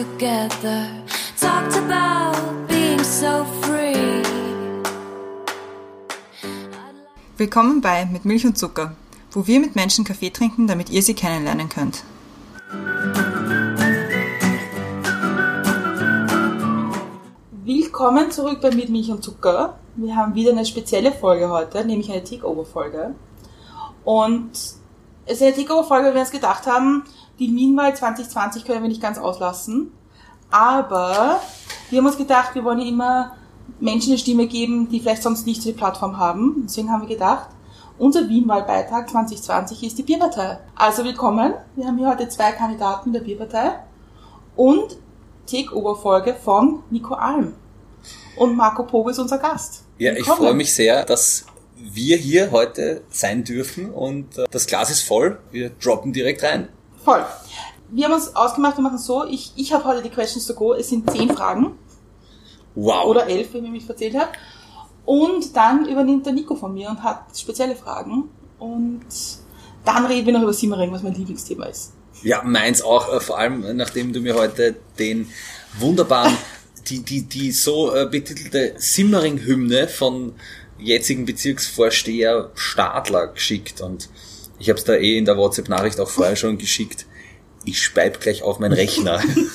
together, talked about being so free. Willkommen bei Mit Milch und Zucker, wo wir mit Menschen Kaffee trinken, damit ihr sie kennenlernen könnt. Willkommen zurück bei Mit Milch und Zucker. Wir haben wieder eine spezielle Folge heute, nämlich eine Takeover-Folge. Und es ist eine Takeover-Folge, weil wir uns gedacht haben, die Wien-Wahl 2020 können wir nicht ganz auslassen. Aber wir haben uns gedacht, wir wollen ja immer Menschen eine Stimme geben, die vielleicht sonst nicht so die Plattform haben. Deswegen haben wir gedacht, unser Wien-Wahl-Beitrag 2020 ist die Bierpartei. Also willkommen, wir haben hier heute 2 Kandidaten der Bierpartei und Takeover-Folge von Nico Alm. Und Marco Pogo ist unser Gast. Ja, ich freue mich sehr, dass wir hier heute sein dürfen und das Glas ist voll. Wir droppen direkt rein. Voll. Wir haben uns ausgemacht, wir machen es so, ich habe heute die Questions to go, es sind 10 Fragen. Wow. Oder 11, wenn ich mich verzählt habe. Und dann übernimmt der Nico von mir und hat spezielle Fragen. Und dann reden wir noch über Simmering, was mein Lieblingsthema ist. Ja, meins auch, vor allem nachdem du mir heute den wunderbaren, die so betitelte Simmering-Hymne von jetzigen Bezirksvorsteher Stadler geschickt. Und ich habe es da in der WhatsApp-Nachricht auch vorher schon geschickt. Ich speibe gleich auf meinen Rechner.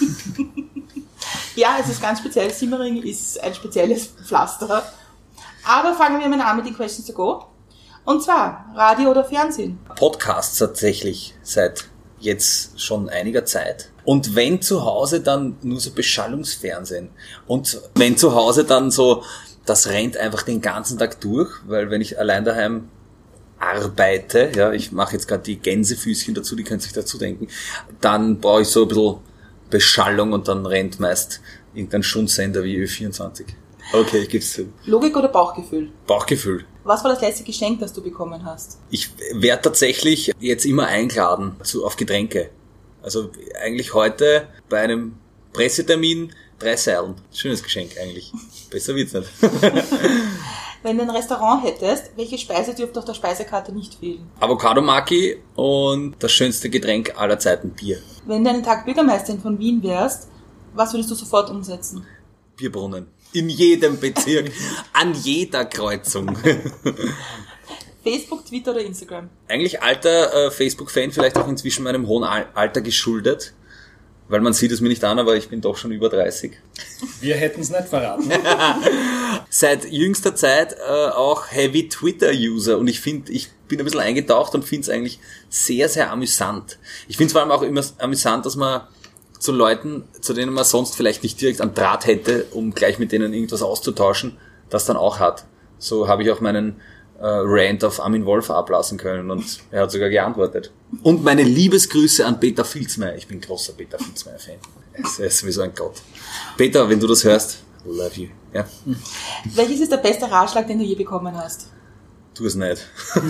Ja, es ist ganz speziell. Simmering ist ein spezielles Pflaster. Aber fangen wir mal an mit den Questions to go. Und zwar, Radio oder Fernsehen? Podcasts tatsächlich seit jetzt schon einiger Zeit. Und wenn zu Hause, dann nur so Beschallungsfernsehen. Und wenn zu Hause, dann so, das rennt einfach den ganzen Tag durch, weil wenn ich allein daheim arbeite, ja, ich mache jetzt gerade die Gänsefüßchen dazu, die könnt ihr sich dazu denken, dann brauche ich so ein bisschen Beschallung und dann rennt meist irgendein Schundsender wie Ö24. Okay, ich gebe es zu. Logik oder Bauchgefühl? Bauchgefühl. Was war das letzte Geschenk, das du bekommen hast? Ich werde tatsächlich jetzt immer eingeladen auf Getränke. Also eigentlich heute bei einem Pressetermin 3 Seilen. Schönes Geschenk eigentlich. Besser wird's nicht. Wenn du ein Restaurant hättest, welche Speise dürfte auf der Speisekarte nicht fehlen? Avocado Maki und das schönste Getränk aller Zeiten, Bier. Wenn du einen Tag Bürgermeisterin von Wien wärst, was würdest du sofort umsetzen? Bierbrunnen. In jedem Bezirk. An jeder Kreuzung. Facebook, Twitter oder Instagram? Eigentlich alter Facebook-Fan, vielleicht auch inzwischen meinem hohen Alter geschuldet. Weil man sieht es mir nicht an, aber ich bin doch schon über 30. Wir hätten es nicht verraten. Seit jüngster Zeit auch Heavy Twitter-User und ich bin ein bisschen eingetaucht und finde es eigentlich sehr, sehr amüsant. Ich finde es vor allem auch immer amüsant, dass man zu Leuten, zu denen man sonst vielleicht nicht direkt einen Draht hätte, um gleich mit denen irgendwas auszutauschen, das dann auch hat. So habe ich auch meinen Rant auf Armin Wolf ablassen können und er hat sogar geantwortet. Und meine Liebesgrüße an Peter Filzmeier. Ich bin großer Peter Filzmeier-Fan. Er ist sowieso ein Gott. Peter, wenn du das hörst, love you. Ja? Welches ist der beste Ratschlag, den du je bekommen hast? Tu es nicht.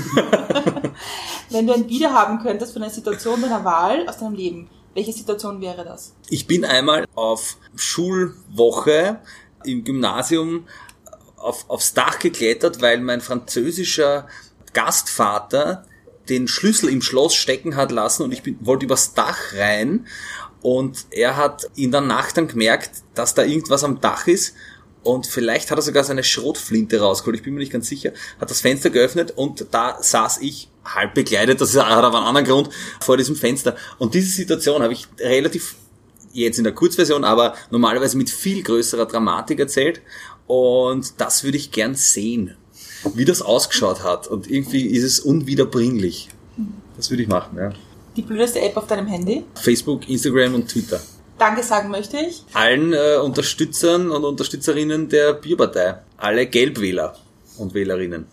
Wenn du ein Video haben könntest von einer Situation deiner Wahl aus deinem Leben, welche Situation wäre das? Ich bin einmal auf Schulwoche im Gymnasium aufs Dach geklettert, weil mein französischer Gastvater den Schlüssel im Schloss stecken hat lassen und ich wollte übers Dach rein und er hat in der Nacht dann gemerkt, dass da irgendwas am Dach ist und vielleicht hat er sogar seine Schrotflinte rausgeholt, ich bin mir nicht ganz sicher, hat das Fenster geöffnet und da saß ich halb bekleidet, das hat aber einen anderen Grund, vor diesem Fenster. Und diese Situation habe ich relativ, jetzt in der Kurzversion, aber normalerweise mit viel größerer Dramatik erzählt. Und das würde ich gern sehen, wie das ausgeschaut hat. Und irgendwie ist es unwiederbringlich. Das würde ich machen, ja. Die blödeste App auf deinem Handy? Facebook, Instagram und Twitter. Danke sagen möchte ich allen Unterstützern und Unterstützerinnen der Bierpartei. Alle Gelbwähler und Wählerinnen.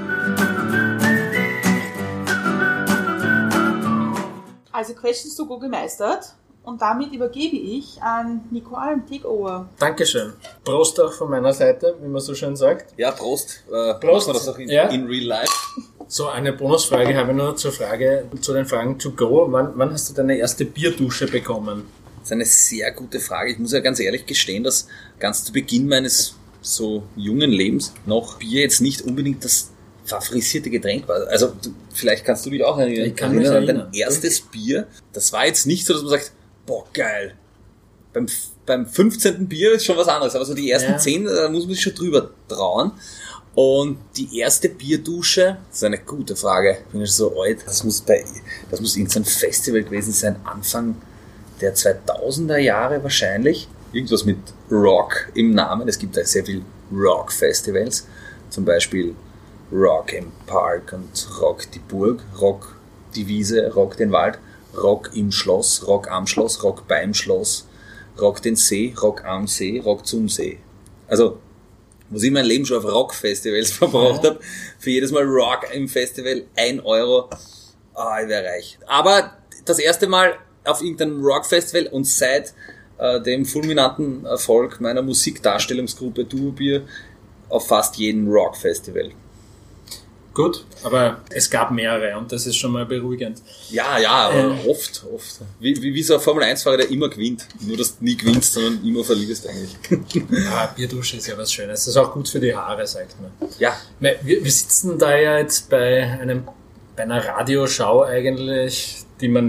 Also Questions to go gemeistert und damit übergebe ich an Nico Alm, Takeover. Dankeschön. Prost auch von meiner Seite, wie man so schön sagt. Ja, Prost. Prost. Machen wir das auch in real life? So, eine Bonusfrage habe ich noch zu den Fragen to go. Wann hast du deine erste Bierdusche bekommen? Das ist eine sehr gute Frage. Ich muss ja ganz ehrlich gestehen, dass ganz zu Beginn meines so jungen Lebens noch Bier jetzt nicht unbedingt das favorisierte Getränk war. Also vielleicht kannst du dich auch erinnern. Ich kann mich erinnern. Dein erstes Bier, das war jetzt nicht so, dass man sagt, boah, geil, beim 15. Bier ist schon was anderes, aber so die ersten 10, da muss man sich schon drüber trauen. Und die erste Bierdusche, das ist eine gute Frage, ich bin ja schon so alt, das muss irgendein Festival gewesen sein, Anfang der 2000er Jahre wahrscheinlich. Irgendwas mit Rock im Namen, es gibt da sehr viel Rock-Festivals, zum Beispiel Rock im Park und Rock die Burg, Rock die Wiese, Rock den Wald, Rock im Schloss, Rock am Schloss, Rock beim Schloss, Rock den See, Rock am See, Rock zum See. Also, was ich mein Leben schon auf Rock-Festivals verbraucht habe, für jedes Mal Rock im Festival 1 €, ich wäre reich. Aber das erste Mal auf irgendeinem Rock-Festival und seit dem fulminanten Erfolg meiner Musikdarstellungsgruppe Duo Bier auf fast jedem Rock-Festival. Gut, aber es gab mehrere und das ist schon mal beruhigend. Ja, aber oft. Wie so ein Formel-1-Fahrer, der immer gewinnt. Nur, dass du nie gewinnst, sondern immer verlierst eigentlich. Ja, Bierdusche ist ja was Schönes. Das ist auch gut für die Haare, sagt man. Ja. Wir sitzen da ja jetzt bei einer Radioschau eigentlich, die man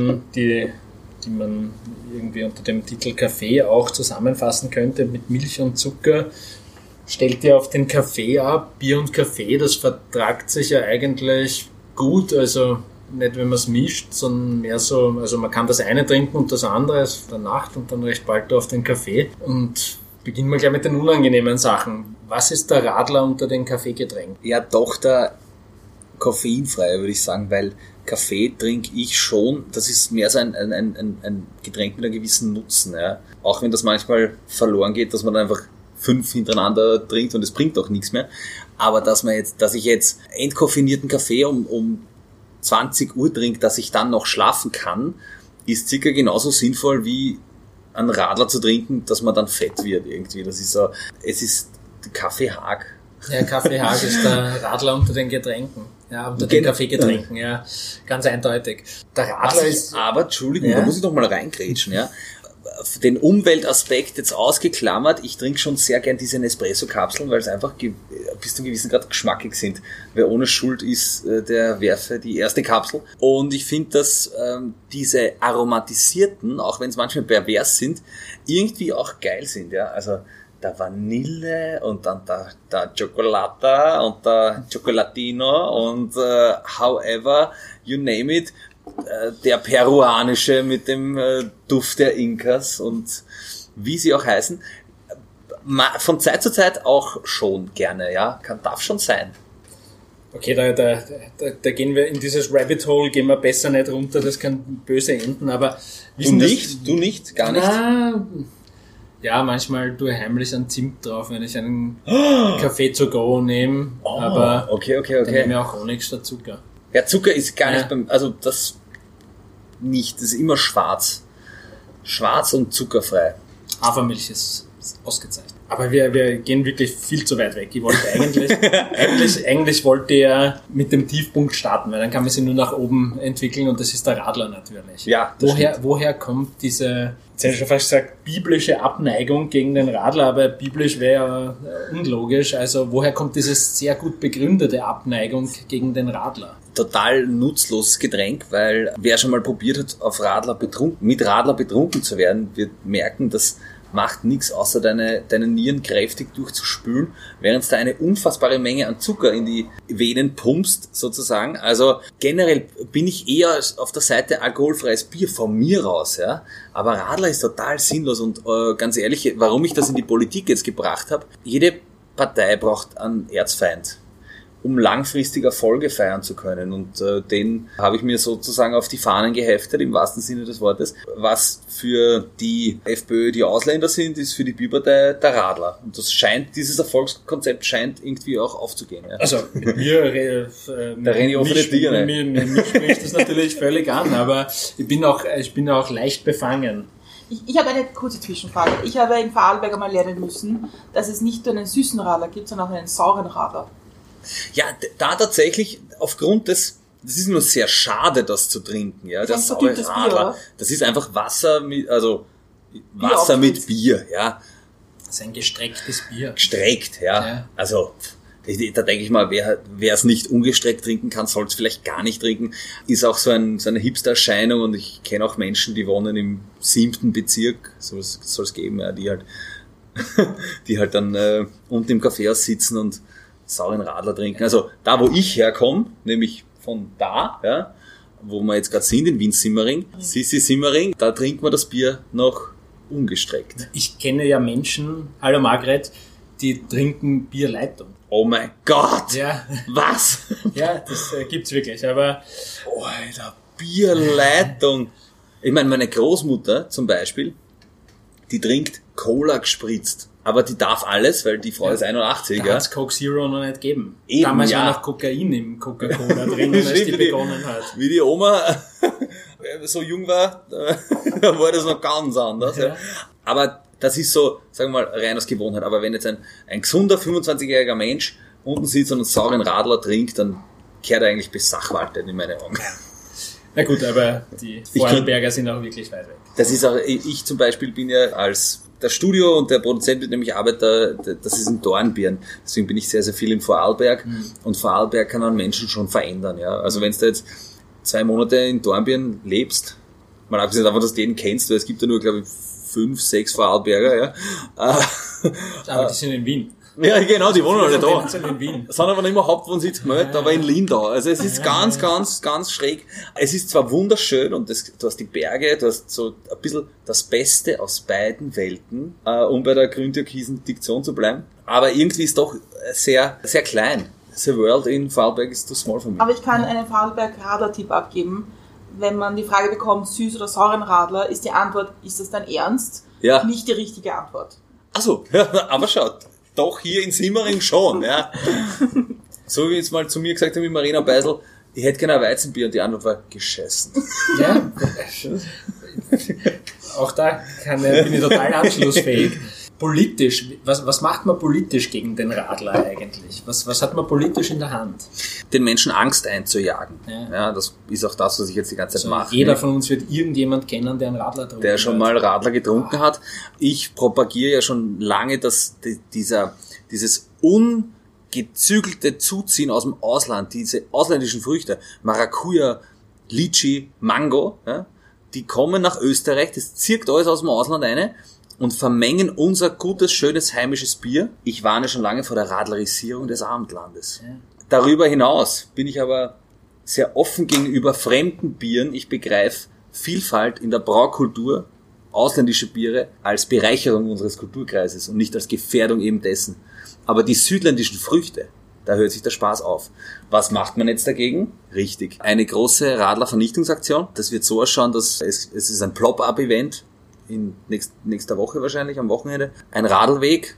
irgendwie unter dem Titel Kaffee auch zusammenfassen könnte mit Milch und Zucker. Stellt ihr auf den Kaffee ab, Bier und Kaffee, das vertragt sich ja eigentlich gut, also nicht wenn man es mischt, sondern mehr so, also man kann das eine trinken und das andere der Nacht und dann recht bald auf den Kaffee. Und beginnen wir gleich mit den unangenehmen Sachen. Was ist der Radler unter den Kaffeegetränken? Ja, doch der koffeinfreie, würde ich sagen, weil Kaffee trinke ich schon, das ist mehr so ein Getränk mit einem gewissen Nutzen, ja. Auch wenn das manchmal verloren geht, dass man dann einfach 5 hintereinander trinkt und es bringt auch nichts mehr. Aber dass ich jetzt entkoffinierten Kaffee um 20 Uhr trinke, dass ich dann noch schlafen kann, ist circa genauso sinnvoll wie einen Radler zu trinken, dass man dann fett wird irgendwie. Das ist so, es ist Kaffeehag. Ja, Kaffeehag ist der Radler unter den Getränken. Ja, unter den Kaffeegetränken, ja. Ganz eindeutig. Der Radler ist... Aber, Entschuldigung, da muss ich noch mal reingrätschen, ja. Den Umweltaspekt jetzt ausgeklammert, ich trinke schon sehr gern diese Nespresso-Kapseln, weil es einfach bis zu einem gewissen Grad geschmackig sind. Wer ohne Schuld ist, der werfe die erste Kapsel. Und ich finde, dass diese aromatisierten, auch wenn es manchmal pervers sind, irgendwie auch geil sind. Ja? Also der Vanille und dann der Chocolata und der Chocolatino und however, you name it. Der peruanische mit dem Duft der Inkas und wie sie auch heißen, von Zeit zu Zeit auch schon gerne, ja, darf schon sein. Okay, da gehen wir in dieses Rabbit Hole, gehen wir besser nicht runter, das kann böse enden, aber... Du nicht? Gar nicht? Ja, manchmal tue ich heimlich einen Zimt drauf, wenn ich einen Kaffee to go nehme, aber okay. dann nehme ich auch Honig statt Zucker. Ja, Zucker ist gar nicht das nicht, das ist immer schwarz. Schwarz und zuckerfrei. Hafermilch ist ausgezeichnet. Aber wir gehen wirklich viel zu weit weg. Ich wollte eigentlich wollte er mit dem Tiefpunkt starten, weil dann kann man sich nur nach oben entwickeln und das ist der Radler natürlich. Ja, woher kommt diese, jetzt hätte ich schon fast gesagt, biblische Abneigung gegen den Radler, aber biblisch wäre ja unlogisch. Also woher kommt diese sehr gut begründete Abneigung gegen den Radler? Total nutzloses Getränk, weil wer schon mal probiert hat, mit Radler betrunken zu werden, wird merken, das macht nichts, außer deine Nieren kräftig durchzuspülen, während es da eine unfassbare Menge an Zucker in die Venen pumpst, sozusagen. Also generell bin ich eher auf der Seite alkoholfreies Bier von mir raus, ja. Aber Radler ist total sinnlos und ganz ehrlich, warum ich das in die Politik jetzt gebracht habe, jede Partei braucht einen Erzfeind, um langfristig Erfolge feiern zu können. Und den habe ich mir sozusagen auf die Fahnen geheftet, im wahrsten Sinne des Wortes. Was für die FPÖ die Ausländer sind, ist für die Bierpartei der Radler. Und dieses Erfolgskonzept scheint irgendwie auch aufzugehen. Ja. Also mit mir, mir spricht das natürlich völlig an, aber ich bin auch leicht befangen. Ich habe eine kurze Zwischenfrage. Ich habe in Vorarlberg einmal lernen müssen, dass es nicht nur einen süßen Radler gibt, sondern auch einen sauren Radler. Ja, da tatsächlich aufgrund das ist nur sehr schade, das zu trinken, ja. Das saure Radler. Das ist einfach Wasser mit Bier, ja. Das ist ein gestrecktes Bier. Gestreckt, ja. Also Da denke ich mal, wer es nicht ungestreckt trinken kann, soll es vielleicht gar nicht trinken. Ist auch so eine Hipster-Erscheinung und ich kenne auch Menschen, die wohnen im 7. Bezirk, soll es geben, ja, die halt dann unten im Kaffeehaus sitzen und sauren Radler trinken. Also da, wo ich herkomme, nämlich von da, ja, wo wir jetzt gerade sind, in Wien-Simmering, Sissi Simmering, da trinkt man das Bier noch ungestreckt. Ich kenne ja Menschen, hallo Margret, die trinken Bierleitung. Oh mein Gott! Ja. Was? Ja, das gibt's wirklich, aber... Oh, Alter, Bierleitung. Ich meine, meine Großmutter zum Beispiel, die trinkt Cola gespritzt. Aber die darf alles, weil die Frau ist 81, da ja. hat's Coke Zero noch nicht gegeben. Eben, Damals ja. war noch Kokain im Coca-Cola drin, als die begonnen hat. Wie die Oma so jung war, da war das noch ganz anders. Ja. Aber das ist so, sagen wir mal, rein aus Gewohnheit. Aber wenn jetzt ein gesunder 25-jähriger Mensch unten sitzt und einen sauren Radler trinkt, dann kehrt er eigentlich besachwaltet in meine Augen. Na gut, aber die Vorarlberger sind auch wirklich weit weg. Das ist auch, ich zum Beispiel bin ja als das Studio und der Produzent, mit dem ich arbeite, das ist in Dornbirn. Deswegen bin ich sehr, sehr viel in Vorarlberg. Und Vorarlberg kann einen Menschen schon verändern. Ja. Also wenn du jetzt 2 Monate in Dornbirn lebst, mal abgesehen davon, dass du den kennst, weil es gibt ja nur, glaube ich, 5, 6 Vorarlberger. Ja. Aber die sind in Wien. Ja, genau, die wohnen alle da. Die sind in Wien. Sind aber nicht mehr Hauptwohnsitz gemeldet, aber in Lindau. Also es ist ganz, ganz, ganz schräg. Es ist zwar wunderschön und du hast die Berge, du hast so ein bisschen das Beste aus beiden Welten, um bei der grün-türkisen Diktion zu bleiben. Aber irgendwie ist doch sehr, sehr klein. The world in Vorarlberg is too small for me. Aber ich kann einen Vorarlberg-Radler-Tipp abgeben. Wenn man die Frage bekommt, süß oder sauren Radler, ist die Antwort, ist das dein Ernst? Ja. Nicht die richtige Antwort. Ach so, ja, aber schaut. Doch hier in Simmering schon, ja. So wie jetzt mal zu mir gesagt haben, wie Marina Beisel, ich hätte gerne ein Weizenbier und die Antwort war geschissen. Ja, auch da bin ich total anschlussfähig. Politisch, was macht man politisch gegen den Radler eigentlich? Was hat man politisch in der Hand? Den Menschen Angst einzujagen. Ja. Ja, das ist auch das, was ich jetzt die ganze Zeit mache. Jeder von uns wird irgendjemand kennen, der einen Radler trinkt. Der schon mal Radler getrunken hat. Ich propagiere ja schon lange, dass dieses ungezügelte Zuziehen aus dem Ausland, diese ausländischen Früchte, Maracuja, Litchi, Mango, ja, die kommen nach Österreich, das zirkt alles aus dem Ausland eine und vermengen unser gutes, schönes, heimisches Bier. Ich warne schon lange vor der Radlerisierung des Abendlandes. Ja. Darüber hinaus bin ich aber sehr offen gegenüber fremden Bieren. Ich begreife Vielfalt in der Braukultur, ausländische Biere, als Bereicherung unseres Kulturkreises und nicht als Gefährdung eben dessen. Aber die südländischen Früchte, da hört sich der Spaß auf. Was macht man jetzt dagegen? Richtig. Eine große Radlervernichtungsaktion. Das wird so ausschauen, dass es ist ein Plop-Up-Event in nächster Woche wahrscheinlich, am Wochenende. Ein Radlweg,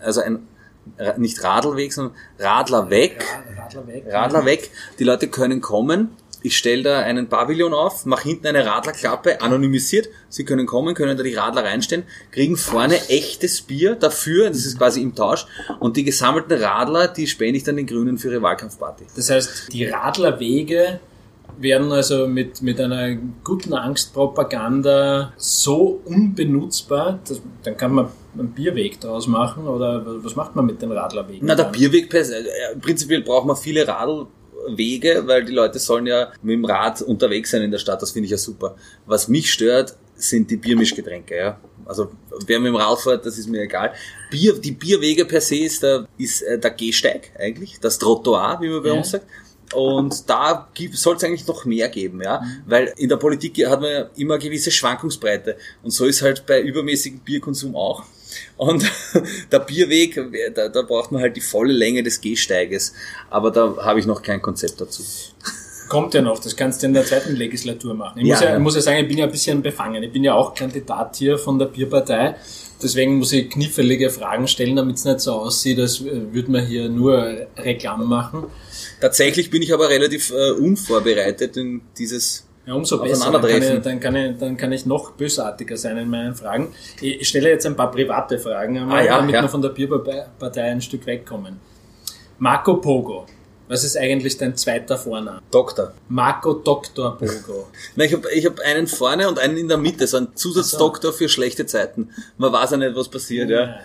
nicht Radlweg, sondern Radler weg. Radler weg. Die Leute können kommen. Ich stelle da einen Pavillon auf, mache hinten eine Radlerklappe, anonymisiert. Sie können kommen, können da die Radler reinstellen, kriegen vorne echtes Bier dafür, das ist quasi im Tausch. Und die gesammelten Radler, die spende ich dann den Grünen für ihre Wahlkampfparty. Das heißt, die Radlerwege werden also mit einer guten Angstpropaganda so unbenutzbar, dann kann man einen Bierweg daraus machen, oder was macht man mit den Radlerwegen? Na, der Bierweg, prinzipiell braucht man viele Radlwege, weil die Leute sollen ja mit dem Rad unterwegs sein in der Stadt, das finde ich ja super. Was mich stört, sind die Biermischgetränke, ja. Also, wer mit dem Rad fährt, das ist mir egal. Die Bierwege per se ist der Gehsteig eigentlich, das Trottoir, wie man bei uns sagt. Und da soll es eigentlich noch mehr geben, ja, weil in der Politik hat man ja immer eine gewisse Schwankungsbreite und so ist halt bei übermäßigem Bierkonsum auch. Und der Bierweg, da braucht man halt die volle Länge des Gehsteiges, aber da habe ich noch kein Konzept dazu. Kommt ja noch, das kannst du in der zweiten Legislatur machen. Ich muss ja sagen, ich bin ja ein bisschen befangen. Ich bin ja auch Kandidat hier von der Bierpartei. Deswegen muss ich knifflige Fragen stellen, damit es nicht so aussieht, als würde man hier nur Reklam machen. Tatsächlich bin ich aber relativ unvorbereitet in dieses umso besser. Dann kann ich noch bösartiger sein in meinen Fragen. Ich stelle jetzt ein paar private Fragen, damit wir von der Bierpartei ein Stück wegkommen. Marco Pogo. Was ist eigentlich dein zweiter Vorname? Doktor. Marco Dr. Pogo. Nein, ich hab einen vorne und einen in der Mitte, so ein Zusatzdoktor für schlechte Zeiten. Man weiß ja nicht, was passiert, ja.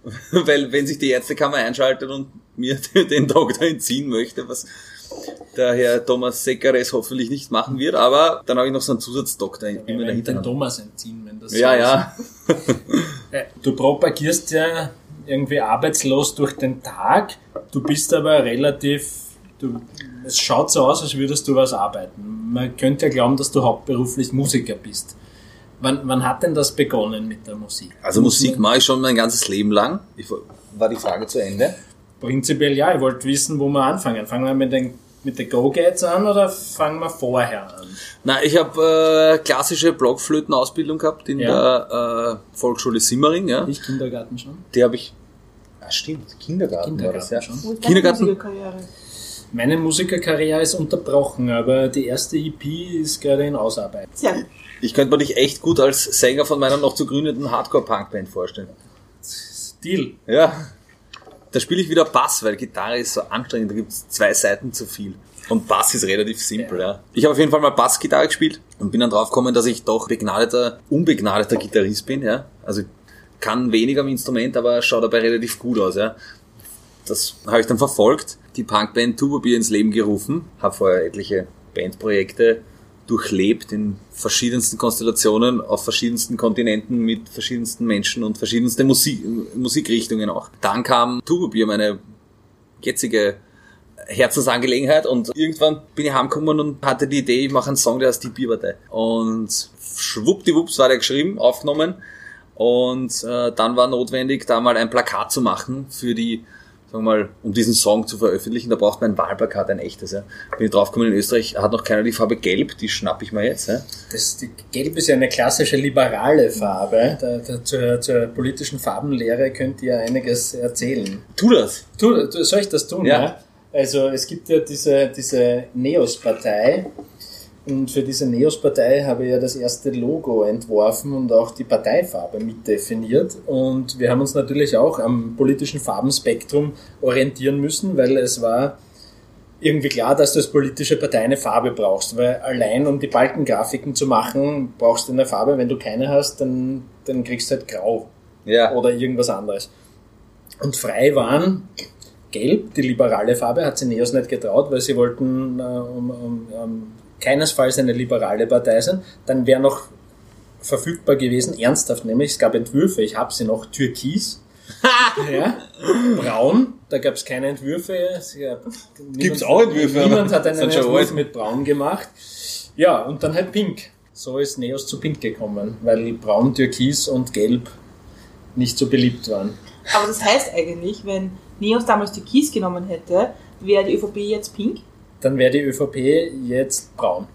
Weil wenn sich die Ärztekammer einschaltet und mir den Doktor entziehen möchte, was der Herr Thomas Sekares hoffentlich nicht machen wird, aber dann habe ich noch so einen Zusatzdoktor in der den Hinterhand. Thomas entziehen, wenn das Ja, so ja. ist. Du propagierst ja irgendwie arbeitslos durch den Tag, du bist aber es schaut so aus, als würdest du was arbeiten. Man könnte ja glauben, dass du hauptberuflich Musiker bist. Wann hat denn das begonnen mit der Musik? Also Musik mache ich schon mein ganzes Leben lang. War die Frage zu Ende? Prinzipiell ja, ich wollte wissen, wo wir anfangen. Fangen wir mit den Go-Gates an oder fangen wir vorher an? Na, ich habe klassische Blockflötenausbildung gehabt in der Volksschule Simmering. Ja. Ich Kindergarten schon. Die habe ich... Ah, stimmt, Kindergarten war das, ja. schon. Wo ist deine Kindergarten? Musikerkarriere? Meine Musikerkarriere ist unterbrochen, aber die erste EP ist gerade in Ausarbeitung. Sehr gut. Ich könnte mir dich echt gut als Sänger von meiner noch zu gründenden Hardcore-Punk-Band vorstellen. Deal. Ja. Da spiele ich wieder Bass, weil Gitarre ist so anstrengend, da gibt es 2 Seiten zu viel. Und Bass ist relativ simpel, ja. Ich habe auf jeden Fall mal Bassgitarre gespielt und bin dann drauf gekommen, dass ich doch unbegnadeter Gitarrist bin, ja. Also kann weniger am Instrument, aber schaut dabei relativ gut aus, ja. Das habe ich dann verfolgt, die Punkband Tuba Bier ins Leben gerufen, habe vorher etliche Bandprojekte durchlebt in verschiedensten Konstellationen, auf verschiedensten Kontinenten, mit verschiedensten Menschen und verschiedensten Musikrichtungen auch. Dann kam Tuba Bier, meine jetzige Herzensangelegenheit, und irgendwann bin ich heimgekommen und hatte die Idee, ich mache einen Song, der heißt Die Bierpartei. Und schwuppdiwupps war der geschrieben, aufgenommen, und dann war notwendig, da mal ein Plakat zu machen für die, sagen wir mal, um diesen Song zu veröffentlichen. Da braucht man ein Wahlplakat, ein echtes. Ja. Bin ich draufgekommen, in Österreich hat noch keiner die Farbe Gelb, die schnapp ich mir jetzt. Ja. Gelb ist ja eine klassische liberale Farbe. Zur politischen Farbenlehre könnt ihr einiges erzählen. Tu das! Soll ich das tun? Ja. Also es gibt ja diese NEOS-Partei, und für diese NEOS-Partei habe ich ja das erste Logo entworfen und auch die Parteifarbe mitdefiniert, und wir haben uns natürlich auch am politischen Farbenspektrum orientieren müssen, weil es war irgendwie klar, dass du als politische Partei eine Farbe brauchst, weil allein um die Balkengrafiken zu machen, brauchst du eine Farbe. Wenn du keine hast, dann kriegst du halt grau, Ja. oder irgendwas anderes. Und frei waren Gelb, die liberale Farbe, hat sie NEOS nicht getraut, weil sie wollten keinesfalls eine liberale Partei sein. Dann wäre noch verfügbar gewesen, ernsthaft nämlich, es gab Entwürfe, ich habe sie noch, Türkis, ja, Braun, da gab es keine Entwürfe. Gibt's auch Entwürfe? Niemand hat einen Sind schon Entwurf alt. mit Braun gemacht. Ja, und dann halt Pink. So ist NEOS zu Pink gekommen, weil Braun, Türkis und Gelb nicht so beliebt waren. Aber das heißt eigentlich, wenn NEOS damals die Kies genommen hätte, wäre die ÖVP jetzt pink? Dann wäre die ÖVP jetzt braun.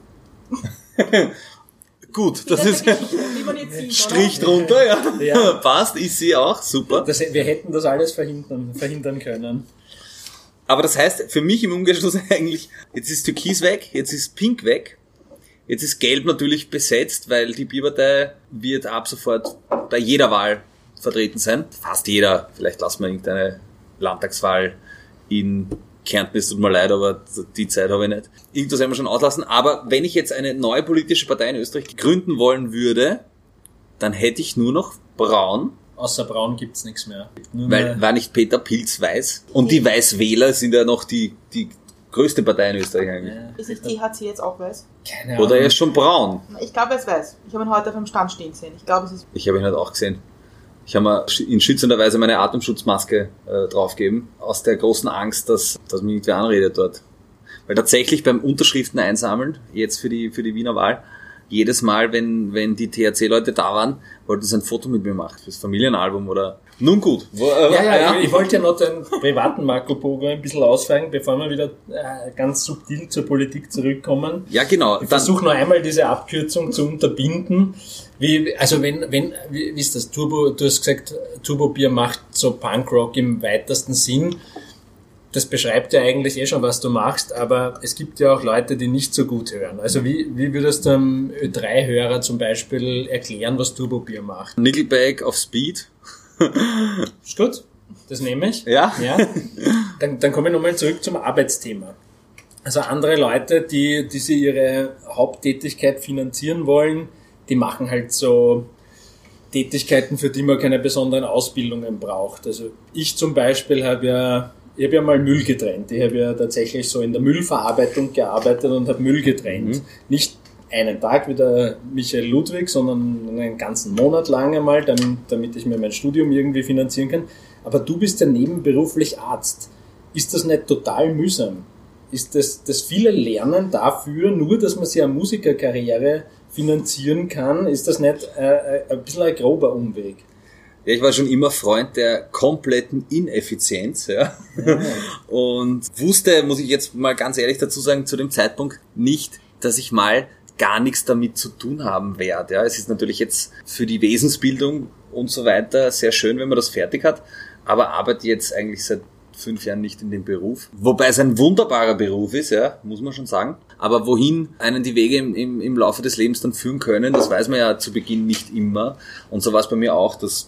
Gut, das ist Wie man jetzt sieht, Strich oder? drunter, ja. Ja. Passt, ich sehe auch, super. Wir hätten das alles verhindern können. Aber das heißt, für mich im Umkehrschluss eigentlich, jetzt ist Türkis weg, jetzt ist Pink weg, jetzt ist Gelb natürlich besetzt, weil die Bierpartei wird ab sofort bei jeder Wahl vertreten sein. Fast jeder. Vielleicht lassen wir irgendeine Landtagswahl in Kärnten, es tut mir leid, aber die Zeit habe ich nicht. Irgendwas werden wir schon auslassen. Aber wenn ich jetzt eine neue politische Partei in Österreich gründen wollen würde, dann hätte ich nur noch Braun. Außer Braun gibt's nichts mehr. Nur Weil war nicht Peter Pilz weiß? Und die Weißwähler sind ja noch die größte Partei in Österreich eigentlich. Ist nicht THC jetzt auch weiß? keine Ahnung. Oder er ist schon braun. Ich glaube, er ist weiß. Ich habe ihn heute auf dem Stand stehen gesehen. Ich glaube, es ist... Ich habe ihn halt auch gesehen. Ich habe mir in schützender Weise meine Atemschutzmaske draufgegeben, aus der großen Angst, dass mich irgendwer anredet dort. Weil tatsächlich beim Unterschriften einsammeln, jetzt für die Wiener Wahl, jedes Mal, wenn die THC-Leute da waren, wollten sie ein Foto mit mir machen, fürs Familienalbum oder... Nun gut. Ich wollte ja noch den privaten Marco Bogo ein bisschen ausfragen, bevor wir wieder ganz subtil zur Politik zurückkommen. Ja, genau. Ich versuche noch einmal diese Abkürzung zu unterbinden. Wie ist das? Du hast gesagt, Turbo Bier macht so Punkrock im weitesten Sinn. Das beschreibt ja eigentlich eh schon, was du machst, aber es gibt ja auch Leute, die nicht so gut hören. Also wie würdest du einem Ö3-Hörer zum Beispiel erklären, was Turbo Bier macht? Nickelback auf Speed. Ist gut, das nehme ich. Ja. Dann komme ich nochmal zurück zum Arbeitsthema. Also andere Leute, die sie ihre Haupttätigkeit finanzieren wollen, die machen halt so Tätigkeiten, für die man keine besonderen Ausbildungen braucht. Also ich zum Beispiel ich habe ja mal Müll getrennt. Ich habe ja tatsächlich so in der Müllverarbeitung gearbeitet und habe Müll getrennt. Nicht einen Tag wie der Michael Ludwig, sondern einen ganzen Monat lang einmal, damit ich mir mein Studium irgendwie finanzieren kann. Aber du bist ja nebenberuflich Arzt. Ist das nicht total mühsam? Ist das viele Lernen dafür, nur dass man sich eine Musikerkarriere finanzieren kann, ist das nicht ein bisschen ein grober Umweg? Ja, ich war schon immer Freund der kompletten Ineffizienz, ja. Und wusste, muss ich jetzt mal ganz ehrlich dazu sagen, zu dem Zeitpunkt nicht, dass ich mal gar nichts damit zu tun haben werde. Ja. Es ist natürlich jetzt für die Wesensbildung und so weiter sehr schön, wenn man das fertig hat, aber arbeite jetzt eigentlich seit 5 Jahren nicht in dem Beruf. Wobei es ein wunderbarer Beruf ist, ja, muss man schon sagen. Aber wohin einen die Wege im Laufe des Lebens dann führen können, das weiß man ja zu Beginn nicht immer. Und so war es bei mir auch, dass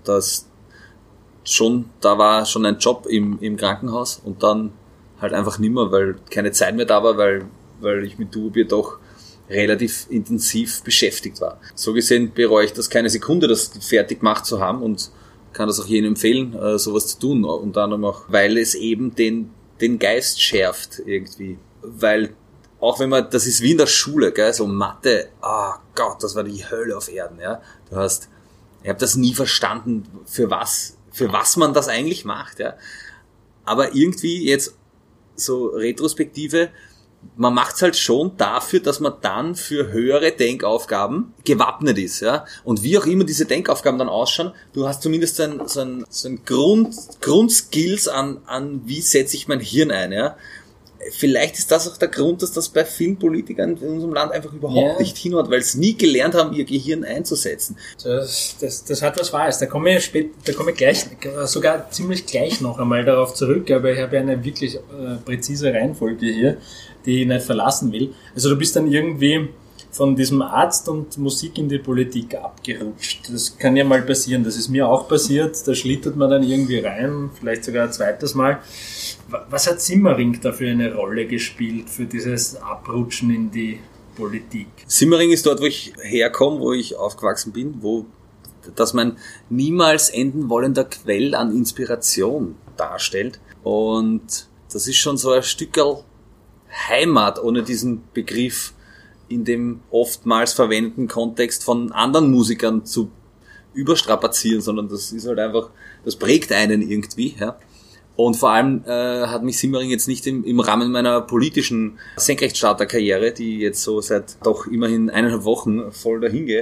da war schon ein Job im Krankenhaus und dann halt einfach nimmer, weil keine Zeit mehr da war, weil ich mit Duobier doch relativ intensiv beschäftigt war. So gesehen bereue ich das keine Sekunde, das fertig gemacht zu haben und kann das auch jedem empfehlen, sowas zu tun. Unter anderem auch, weil es eben den Geist schärft irgendwie. Weil, auch wenn man, das ist wie in der Schule, gell, so Mathe, Gott, das war die Hölle auf Erden, ja. Ich habe das nie verstanden, für was man das eigentlich macht, ja. Aber irgendwie jetzt so Retrospektive, man macht's halt schon dafür, dass man dann für höhere Denkaufgaben gewappnet ist, ja. Und wie auch immer diese Denkaufgaben dann ausschauen, du hast zumindest so ein Grundskills an wie setze ich mein Hirn ein, ja. Vielleicht ist das auch der Grund, dass das bei vielen Politikern in unserem Land einfach überhaupt nicht hinhaut, weil sie nie gelernt haben, ihr Gehirn einzusetzen. Das hat was Wahres. Da komme ich gleich, sogar ziemlich gleich noch einmal darauf zurück, aber ich habe ja eine wirklich präzise Reihenfolge hier, die ich nicht verlassen will. Also du bist dann irgendwie von diesem Arzt und Musik in die Politik abgerutscht. Das kann ja mal passieren. Das ist mir auch passiert. Da schlittert man dann irgendwie rein, vielleicht sogar ein zweites Mal. Was hat Simmering da für eine Rolle gespielt für dieses Abrutschen in die Politik? Simmering ist dort, wo ich herkomme, wo ich aufgewachsen bin, das mein niemals enden wollender Quell an Inspiration darstellt. Und das ist schon so ein Stückerl Heimat, ohne diesen Begriff in dem oftmals verwendeten Kontext von anderen Musikern zu überstrapazieren, sondern das ist halt einfach, das prägt einen irgendwie, ja. Und vor allem hat mich Simmering jetzt nicht im Rahmen meiner politischen Senkrechtstarter-Karriere, die jetzt so seit doch immerhin 1,5 Wochen voll dahin geht,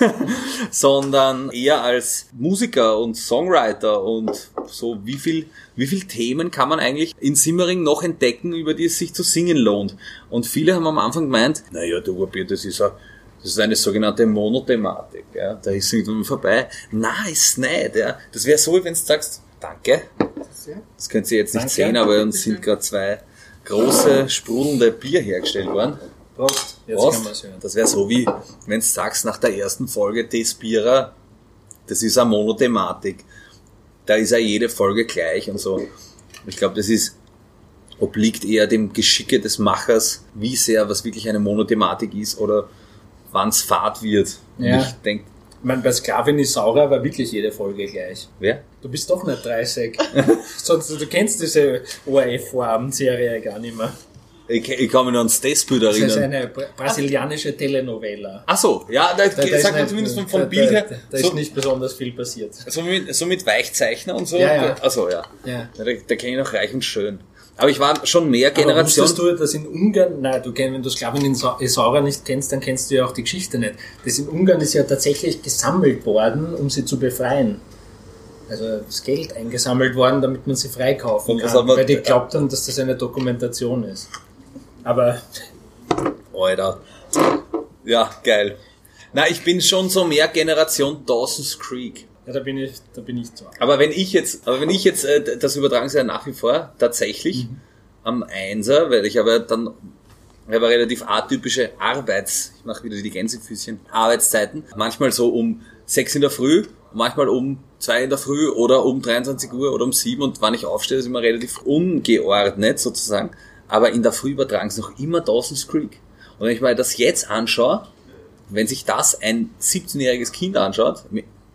sondern eher als Musiker und Songwriter und so, wie viel Themen kann man eigentlich in Simmering noch entdecken, über die es sich zu singen lohnt. Und viele haben am Anfang gemeint, naja, der Urbier, das ist eine sogenannte Monothematik, ja, da ist irgendwann vorbei. Nein, ist nicht, ja. Das wäre so, wie wenn du sagst, danke. Das könnt ihr jetzt nicht sehen, aber uns sind gerade 2 große, sprudelnde Bier hergestellt worden. Prost. Jetzt Prost. kann man's hören. Das wäre so wie, wenn du sagst, nach der ersten Folge Despira, das ist eine Monothematik. Da ist ja jede Folge gleich und so. Ich glaube, das obliegt eher dem Geschicke des Machers, wie sehr was wirklich eine Monothematik ist oder wann's fad wird. Und Ja. ich denke, Bei Sklavin Isaura war wirklich jede Folge gleich. wer? Du bist doch nicht 30. Sonst, du kennst diese ORF-Abendserie gar nicht mehr. Ich kann mich noch ans Testbild Das ist erinnern. eine brasilianische Telenovela. Ach so, ja, da ist sagt man nicht- zumindest vom Bild her. Da ist nicht besonders viel passiert. So mit Weichzeichner und so. Ja. Ach so, ja. Ja. Da kenne ich noch Reich und Schön. Aber ich war schon mehr Aber Generation. wusstest du, dass in Ungarn, wenn du Sklavin Isaura nicht kennst, dann kennst du ja auch die Geschichte nicht. Das in Ungarn ist ja tatsächlich gesammelt worden, um sie zu befreien. Also das Geld eingesammelt worden, damit man sie freikaufen Und was kann. hat man- Weil die glaubt haben, dass das eine Dokumentation ist. Aber Alter. Ja, geil. Na, ich bin schon so mehr Generation Dawson's Creek. ja, da bin ich zu. Aber wenn ich jetzt das übertragen sie ja nach wie vor tatsächlich am Einser, weil ich habe relativ atypische ich mache wieder die Gänsefüßchen, Arbeitszeiten. Manchmal so um 6 in der Früh, manchmal um 2 in der Früh oder um 23 Uhr oder um 7 und wann ich aufstehe, ist immer relativ ungeordnet sozusagen. Aber in der Früh übertragen sie noch immer Dawson's Creek. Und wenn ich mir das jetzt anschaue, wenn sich das ein 17-jähriges Kind anschaut,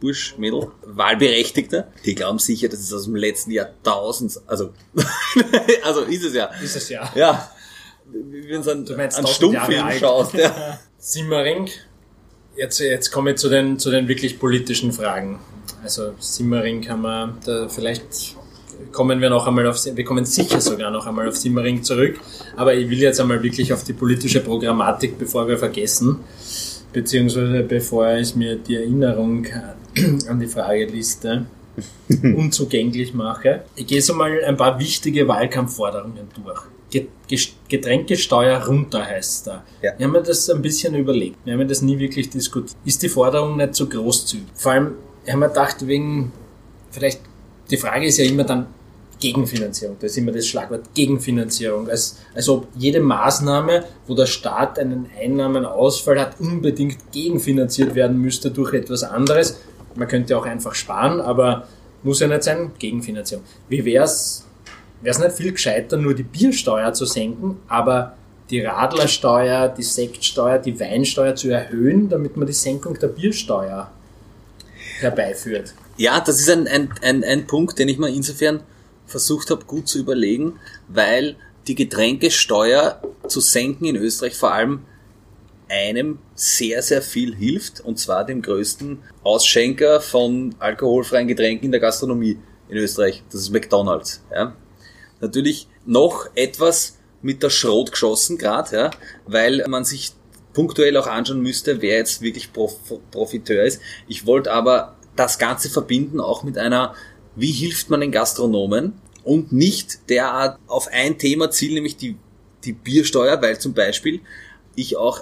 Bursch, Mädel, Wahlberechtigter. Die glauben sicher, das ist aus dem letzten Jahrtausend, also ist es ja. Ist es ja. Ja. Wenn du an Stummfilm schaust, ja. Simmering. Jetzt komme ich zu den wirklich politischen Fragen. Also Simmering kann man da vielleicht kommen wir kommen sicher sogar noch einmal auf Simmering zurück, aber ich will jetzt einmal wirklich auf die politische Programmatik, bevor wir vergessen, beziehungsweise bevor ich mir die Erinnerung an die Frageliste unzugänglich mache. Ich gehe so mal ein paar wichtige Wahlkampfforderungen durch. Getränkesteuer runter heißt da. Ja. Wir haben mir das ein bisschen überlegt. Wir haben das nie wirklich diskutiert. Ist die Forderung nicht so großzügig? Vor allem, ich habe mir gedacht, vielleicht, die Frage ist ja immer dann Gegenfinanzierung. Da ist immer das Schlagwort Gegenfinanzierung. Als ob jede Maßnahme, wo der Staat einen Einnahmenausfall hat, unbedingt gegenfinanziert werden müsste durch etwas anderes. Man könnte auch einfach sparen, aber muss ja nicht sein, Gegenfinanzierung. Wie wär's nicht viel gescheiter, nur die Biersteuer zu senken, aber die Radlersteuer, die Sektsteuer, die Weinsteuer zu erhöhen, damit man die Senkung der Biersteuer herbeiführt? Ja, das ist ein Punkt, den ich mir insofern versucht habe, gut zu überlegen, weil die Getränkesteuer zu senken in Österreich vor allem einem sehr, sehr viel hilft, und zwar dem größten Ausschenker von alkoholfreien Getränken in der Gastronomie in Österreich. Das ist McDonald's. Ja. Natürlich noch etwas mit der Schrot geschossen gerade, ja, weil man sich punktuell auch anschauen müsste, wer jetzt wirklich Profiteur ist. Ich wollte aber das Ganze verbinden auch mit einer, wie hilft man den Gastronomen, und nicht derart auf ein Thema zielen, nämlich die Biersteuer, weil zum Beispiel ich auch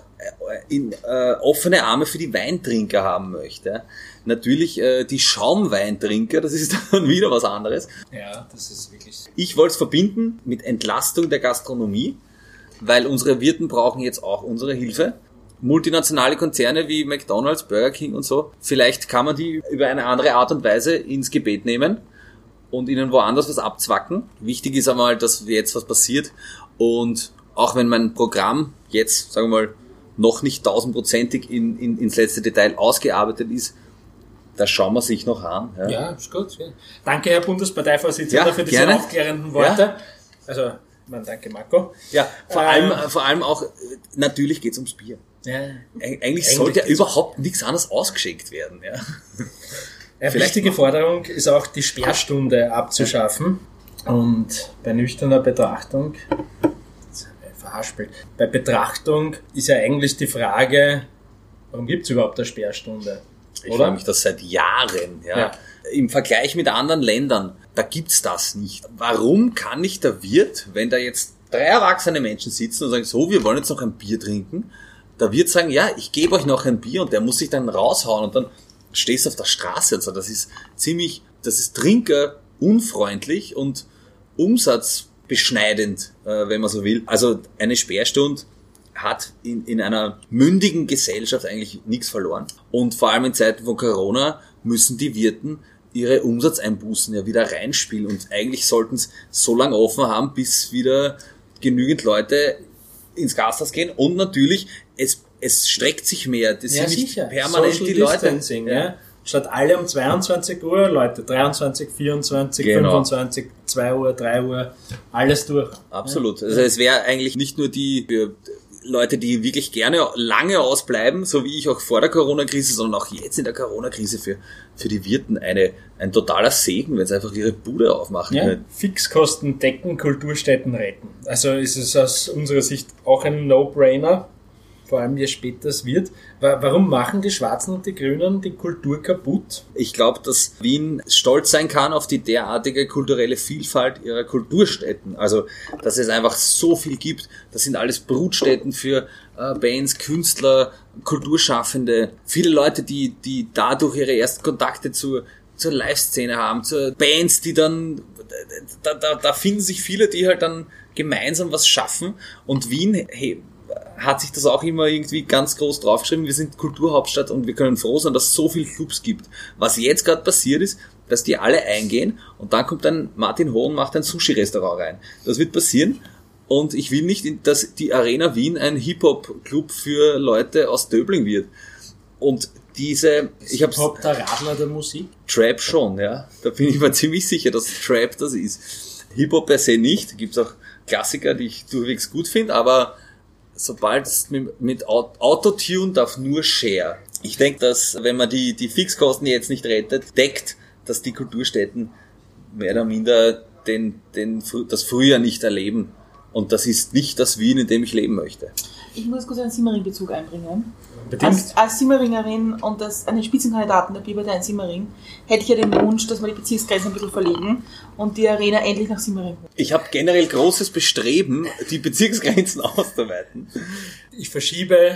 offene Arme für die Weintrinker haben möchte. Natürlich die Schaumweintrinker, das ist dann wieder was anderes. Ja, das ist wirklich... Ich wollte es verbinden mit Entlastung der Gastronomie, weil unsere Wirten brauchen jetzt auch unsere Hilfe. Multinationale Konzerne wie McDonald's, Burger King und so, vielleicht kann man die über eine andere Art und Weise ins Gebet nehmen und ihnen woanders was abzwacken. Wichtig ist einmal, dass jetzt was passiert, und auch wenn mein Programm jetzt, sagen wir mal, noch nicht 1000%ig ins letzte Detail ausgearbeitet ist, das schauen wir sich noch an. Ja, ist gut. Ja. Danke, Herr Bundesparteivorsitzender, für diese gerne. aufklärenden Worte. Ja. Also, danke, Marco. Ja, vor allem auch, natürlich geht's ums Bier. Ja. Eigentlich sollte ja überhaupt nichts anderes ausgeschenkt werden. Ja. Eine wichtige Forderung ist auch, die Sperrstunde abzuschaffen. Und bei nüchterner Betrachtung, verhaspelt, bei Betrachtung ist ja eigentlich die Frage, warum gibt es überhaupt eine Sperrstunde? Ich frage mich das seit Jahren. Ja. Im Vergleich mit anderen Ländern, da gibt's das nicht. Warum kann nicht der Wirt, wenn da jetzt 3 erwachsene Menschen sitzen und sagen, so, wir wollen jetzt noch ein Bier trinken, der Wirt sagen, ja, ich gebe euch noch ein Bier, und der muss sich dann raushauen, und dann stehst du auf der Straße. Also das ist trinkerunfreundlich und umsatzbeschneidend, wenn man so will. Also eine Sperrstunde hat in einer mündigen Gesellschaft eigentlich nichts verloren. Und vor allem in Zeiten von Corona müssen die Wirten ihre Umsatzeinbußen ja wieder reinspielen, und eigentlich sollten es so lange offen haben, bis wieder genügend Leute ins Gasthaus gehen, und natürlich, es streckt sich mehr. Das sind nicht permanent Social die Leute. Distancing, ja. Statt alle um 22 Uhr, Leute, 23, 24, genau. 25, 2 Uhr, 3 Uhr, alles durch. Absolut. Ja. Also es wäre eigentlich nicht nur die Leute, die wirklich gerne lange ausbleiben, so wie ich auch vor der Corona-Krise, sondern auch jetzt in der Corona-Krise für die Wirten ein totaler Segen, wenn sie einfach ihre Bude aufmachen können. Fixkosten decken, Kulturstätten retten. Also ist es aus unserer Sicht auch ein No-Brainer, vor allem je später es wird. Warum machen die Schwarzen und die Grünen die Kultur kaputt? Ich glaube, dass Wien stolz sein kann auf die derartige kulturelle Vielfalt ihrer Kulturstätten. Also, dass es einfach so viel gibt. Das sind alles Brutstätten für Bands, Künstler, Kulturschaffende. Viele Leute, die dadurch ihre ersten Kontakte zur Live-Szene haben, zu Bands, die dann, da finden sich viele, die halt dann gemeinsam was schaffen. Und Wien, hat sich das auch immer irgendwie ganz groß draufgeschrieben. Wir sind Kulturhauptstadt, und wir können froh sein, dass es so viele Clubs gibt. Was jetzt gerade passiert ist, dass die alle eingehen, und dann kommt ein Martin Hohn, macht ein Sushi-Restaurant rein. Das wird passieren, und ich will nicht, dass die Arena Wien ein Hip-Hop-Club für Leute aus Döbling wird. Und ich hab's, Top der Radler der Musik? Trap schon, ja. Da bin ich mir ziemlich sicher, dass Trap das ist. Hip-Hop per se nicht. Gibt's auch Klassiker, die ich durchwegs gut finde, aber sobald es mit Autotune darf nur Share. Ich denke, dass wenn man die Fixkosten jetzt nicht rettet, deckt, dass die Kulturstätten mehr oder minder das Frühjahr nicht erleben. Und das ist nicht das Wien, in dem ich leben möchte. Ich muss kurz einen Simmering-Bezug einbringen. Bedingt. Als Simmeringerin und als einen Spitzenkandidaten der Bierpartei in Simmering hätte ich ja den Wunsch, dass wir die Bezirksgrenzen ein bisschen verlegen und die Arena endlich nach Simmering holt. Ich habe generell großes Bestreben, die Bezirksgrenzen auszuweiten. Ich verschiebe,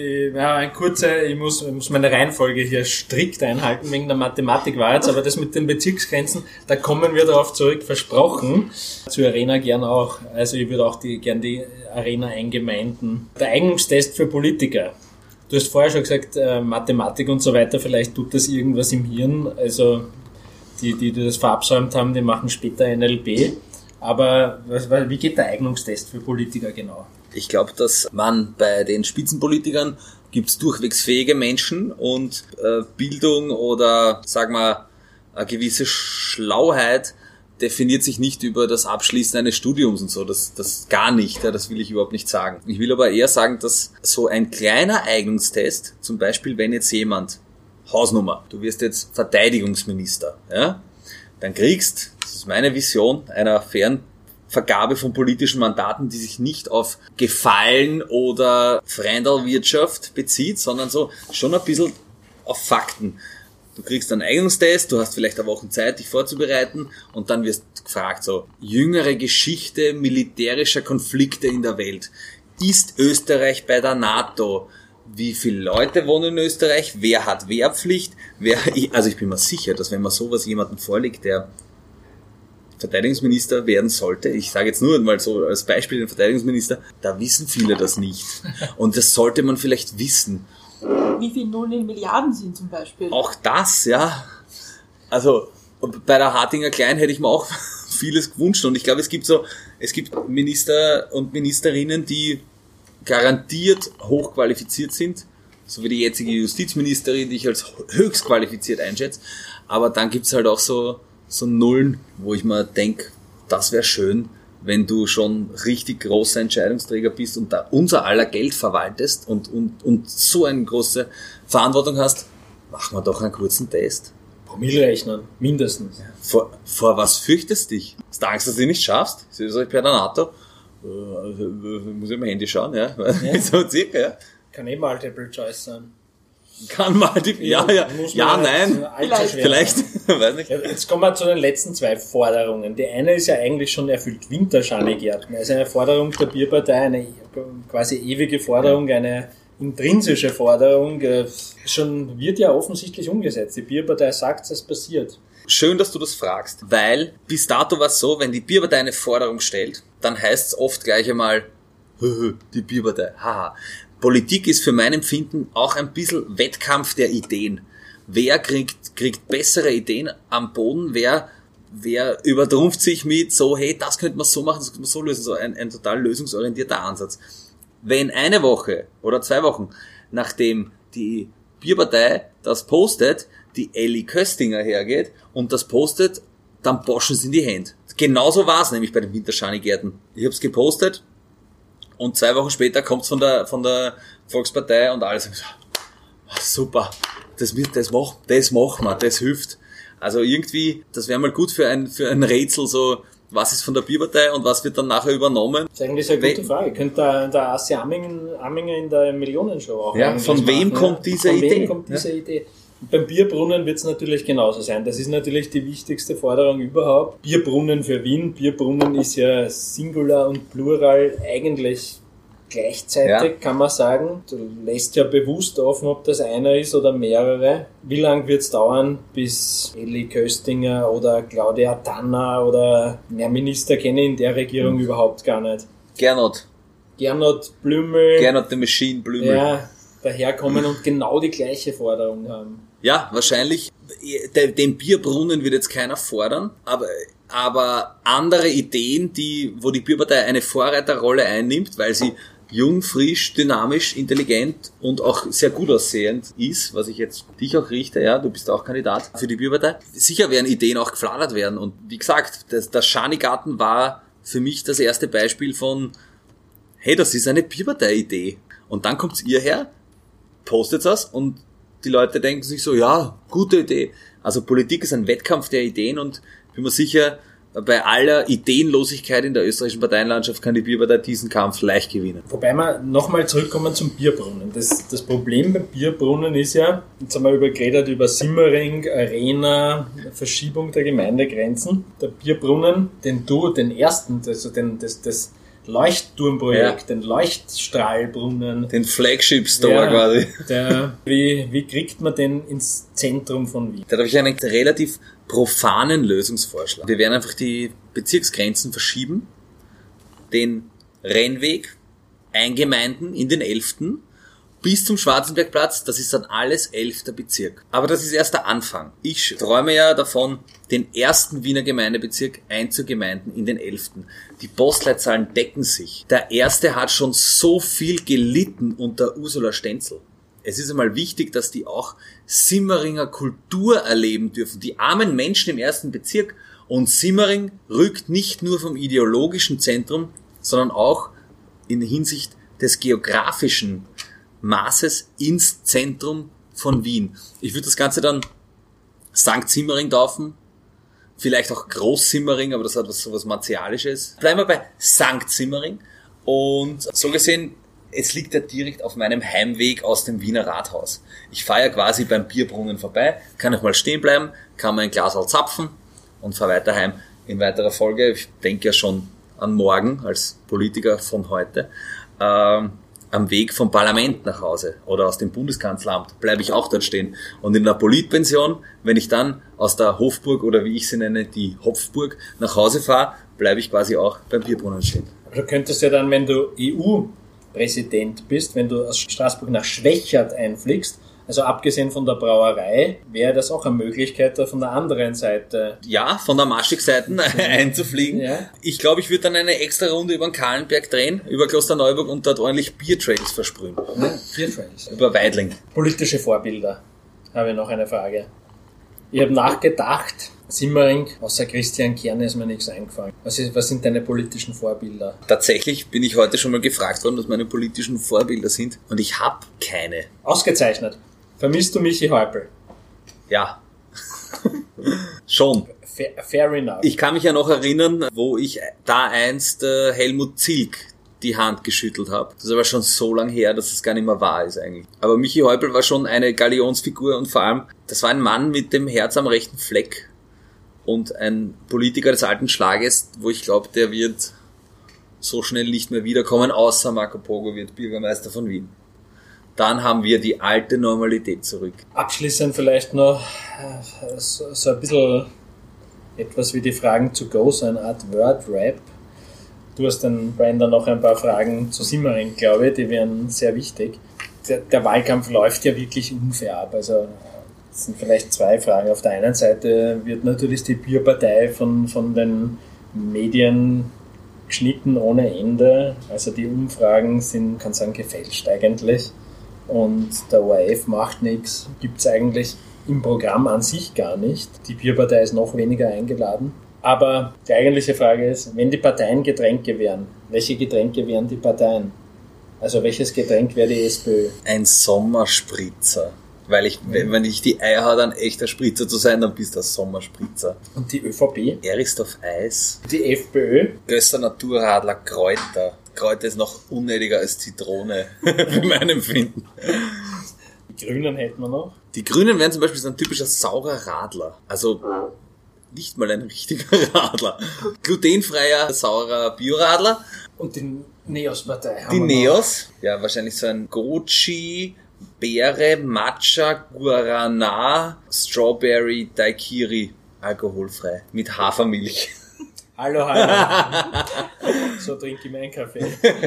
ich muss meine Reihenfolge hier strikt einhalten, wegen der Mathematik war jetzt, aber das mit den Bezirksgrenzen, da kommen wir darauf zurück, versprochen. Zur Arena gern auch, also ich würde auch gern die Arena eingemeinden. Der Eignungstest für Politiker. Du hast vorher schon gesagt, Mathematik und so weiter, vielleicht tut das irgendwas im Hirn, also die das verabsäumt haben, die machen später NLP. Aber wie geht der Eignungstest für Politiker genau? Ich glaube, dass man bei den Spitzenpolitikern gibt's durchwegs fähige Menschen und Bildung oder, sag mal, eine gewisse Schlauheit definiert sich nicht über das Abschließen eines Studiums und so. Das gar nicht, ja, das will ich überhaupt nicht sagen. Ich will aber eher sagen, dass so ein kleiner Eignungstest, zum Beispiel wenn jetzt jemand, Hausnummer, du wirst jetzt Verteidigungsminister, ja, dann kriegst, das ist meine Vision, einer fairen Vergabe von politischen Mandaten, die sich nicht auf Gefallen oder Freundalwirtschaft bezieht, sondern so schon ein bisschen auf Fakten. Du kriegst einen Eignungstest, du hast vielleicht eine Woche Zeit, dich vorzubereiten und dann wirst du gefragt, so, jüngere Geschichte militärischer Konflikte in der Welt. Ist Österreich bei der NATO? Wie viele Leute wohnen in Österreich? Wer hat Wehrpflicht? Also ich bin mir sicher, dass wenn man sowas jemandem vorlegt, der Verteidigungsminister werden sollte, ich sage jetzt nur mal so als Beispiel den Verteidigungsminister, da wissen viele das nicht. Und das sollte man vielleicht wissen. Wie viel Nullen in Milliarden sind zum Beispiel? Auch das, ja. Also bei der Hartinger Klein hätte ich mir auch vieles gewünscht und ich glaube, es gibt Minister und Ministerinnen, die garantiert hochqualifiziert sind, so wie die jetzige Justizministerin, die ich als höchst qualifiziert einschätze, aber dann gibt's halt auch so Nullen, wo ich mir denke, das wäre schön, wenn du schon richtig großer Entscheidungsträger bist und da unser aller Geld verwaltest und so eine große Verantwortung hast, mach mal doch einen kurzen Test. Promille rechnen, mindestens. Vor was fürchtest du dich? Hast du Angst, dass du nicht schaffst? Ist Österreich bei der NATO? Muss ich auf mein Handy schauen, ja? So circa, ja. Kann Multiple Choice sein. Kann Multiple, ja, nein. Vielleicht. Weiß nicht. Jetzt kommen wir zu den letzten zwei Forderungen. Die eine ist ja eigentlich schon erfüllt, Winterschanigärten. Also eine Forderung der Bierpartei, eine quasi ewige Forderung, eine intrinsische Forderung, wird ja offensichtlich umgesetzt. Die Bierpartei sagt, es passiert. Schön, dass du das fragst, weil bis dato war es so, wenn die Bierpartei eine Forderung stellt, dann heißt es oft gleich einmal, die Bierpartei, haha. Politik ist für mein Empfinden auch ein bisschen Wettkampf der Ideen. Wer kriegt bessere Ideen am Boden, wer übertrumpft sich mit so, hey, das könnte man so machen, das könnte man so lösen, so ein total lösungsorientierter Ansatz. Wenn eine Woche oder 2 Wochen, nachdem die Bierpartei das postet, die Elli Köstinger hergeht und das postet, dann boschen sie in die Hände. Genauso war es nämlich bei den Winterschanigärten. Ich habe es gepostet und 2 Wochen später kommt's von der Volkspartei und alle sagen so, super, das machen wir, das hilft. Also irgendwie, das wäre mal gut für ein Rätsel, so, was ist von der Bierpartei und was wird dann nachher übernommen? Das ist eigentlich eine gute Frage. Könnte der Assi Amminger in der Millionenshow auch. Ja, von wem kommt diese Idee? Beim Bierbrunnen wird es natürlich genauso sein. Das ist natürlich die wichtigste Forderung überhaupt. Bierbrunnen für Wien. Bierbrunnen ist ja Singular und Plural eigentlich gleichzeitig, kann man sagen. Du lässt ja bewusst offen, ob das einer ist oder mehrere. Wie lange wird es dauern, bis Elli Köstinger oder Claudia Tanner oder mehr Minister kenne ich in der Regierung überhaupt gar nicht. Gernot Blümel. Gernot the Machine Blümel. Ja, daherkommen und genau die gleiche Forderung haben. Ja, wahrscheinlich. Den Bierbrunnen wird jetzt keiner fordern, aber andere Ideen, wo die Bierpartei eine Vorreiterrolle einnimmt, weil sie jung, frisch, dynamisch, intelligent und auch sehr gut aussehend ist, was ich jetzt dich auch richte, ja, du bist auch Kandidat für die Bierpartei. Sicher werden Ideen auch gefladert werden und wie gesagt, der Schanigarten war für mich das erste Beispiel von, hey, das ist eine Bierpartei-Idee. Und dann kommt ihr her, postet das und die Leute denken sich so, ja, gute Idee. Also Politik ist ein Wettkampf der Ideen und ich bin mir sicher, bei aller Ideenlosigkeit in der österreichischen Parteienlandschaft kann die Bierpartei diesen Kampf leicht gewinnen. Wobei wir nochmal zurückkommen zum Bierbrunnen. Das Problem beim Bierbrunnen ist ja, jetzt haben wir geredet über Simmering, Arena, Verschiebung der Gemeindegrenzen. Der Bierbrunnen, den ersten, also das Leuchtturmprojekt, den Leuchtstrahlbrunnen. Den Flagship-Store quasi. Wie kriegt man den ins Zentrum von Wien? Da habe ich einen relativ profanen Lösungsvorschlag. Wir werden einfach die Bezirksgrenzen verschieben, den Rennweg eingemeinden in den 11. bis zum Schwarzenbergplatz, das ist dann alles 11. Bezirk. Aber das ist erst der Anfang. Ich träume ja davon, den ersten Wiener Gemeindebezirk einzugemeinden in den 11. Die Postleitzahlen decken sich. Der erste hat schon so viel gelitten unter Ursula Stenzel. Es ist einmal wichtig, dass die auch Simmeringer Kultur erleben dürfen. Die armen Menschen im ersten Bezirk. Und Simmering rückt nicht nur vom ideologischen Zentrum, sondern auch in Hinsicht des geografischen Maßes ins Zentrum von Wien. Ich würde das Ganze dann St. Simmering taufen, vielleicht auch Groß Simmering, aber das hat was Martialisches. Bleiben wir bei St. Simmering und so gesehen, es liegt ja direkt auf meinem Heimweg aus dem Wiener Rathaus. Ich fahre ja quasi beim Bierbrunnen vorbei, kann auch mal stehen bleiben, kann mal ein Glas zapfen und fahre weiter heim. In weiterer Folge, ich denke ja schon an morgen als Politiker von heute, am Weg vom Parlament nach Hause oder aus dem Bundeskanzleramt bleibe ich auch dort stehen. Und in der Politpension, wenn ich dann aus der Hofburg oder wie ich sie nenne, die Hopfburg, nach Hause fahre, bleibe ich quasi auch beim Bierbrunnen stehen. Aber du könntest ja dann, wenn du EU-Präsident bist, wenn du aus Straßburg nach Schwächert einfliegst, also abgesehen von der Brauerei, wäre das auch eine Möglichkeit, da von der anderen Seite... Ja, von der Maschig-Seite einzufliegen. Ja. Ich glaube, ich würde dann eine extra Runde über den Kahlenberg drehen, über Klosterneuburg und dort ordentlich Biertrails versprühen. Ja, Biertrails. Über Weidling. Politische Vorbilder. Habe ich noch eine Frage. Ich habe nachgedacht, Simmering, außer Christian Kern ist mir nichts eingefallen. Was sind deine politischen Vorbilder? Tatsächlich bin ich heute schon mal gefragt worden, was meine politischen Vorbilder sind und ich habe keine. Ausgezeichnet. Vermisst du Michi Häupl? Ja. Schon. Fair enough. Ich kann mich ja noch erinnern, wo ich da einst Helmut Zilk die Hand geschüttelt habe. Das ist aber schon so lang her, dass es gar nicht mehr wahr ist eigentlich. Aber Michi Häupl war schon eine Galionsfigur und vor allem, das war ein Mann mit dem Herz am rechten Fleck und ein Politiker des alten Schlages, wo ich glaube, der wird so schnell nicht mehr wiederkommen, außer Marco Pogo wird Bürgermeister von Wien. Dann haben wir die alte Normalität zurück. Abschließend vielleicht noch so ein bisschen etwas wie die Fragen to go, so eine Art Word-Rap. Du hast dann, Brandon, noch ein paar Fragen zu Simmering, glaube ich, die wären sehr wichtig. Der Wahlkampf läuft ja wirklich unfair ab. Also es sind vielleicht zwei Fragen. Auf der einen Seite wird natürlich die Bierpartei von den Medien geschnitten ohne Ende. Also die Umfragen sind, kann sagen, gefälscht eigentlich. Und der ORF macht nichts, gibt es eigentlich im Programm an sich gar nicht. Die Bierpartei ist noch weniger eingeladen. Aber die eigentliche Frage ist, wenn die Parteien Getränke wären, welche Getränke wären die Parteien? Also welches Getränk wäre die SPÖ? Ein Sommerspritzer. Weil wenn ich die Eier habe, ein echter Spritzer zu sein, dann bist du ein Sommerspritzer. Und die ÖVP? Erist auf Eis. Die FPÖ? Gösser Naturradler Kräuter. Kräuter ist noch unnötiger als Zitrone, für mein Empfinden. Die Grünen hätten wir noch. Die Grünen wären zum Beispiel so ein typischer saurer Radler. Also nicht mal ein richtiger Radler. Glutenfreier, saurer Bioradler. Und die Neos-Partei haben die wir Neos? Noch. Ja, wahrscheinlich so ein Goji, Beere, Matcha, Guarana, Strawberry, Daiquiri. Alkoholfrei. Mit Hafermilch. Hallo. So trinke ich meinen Kaffee.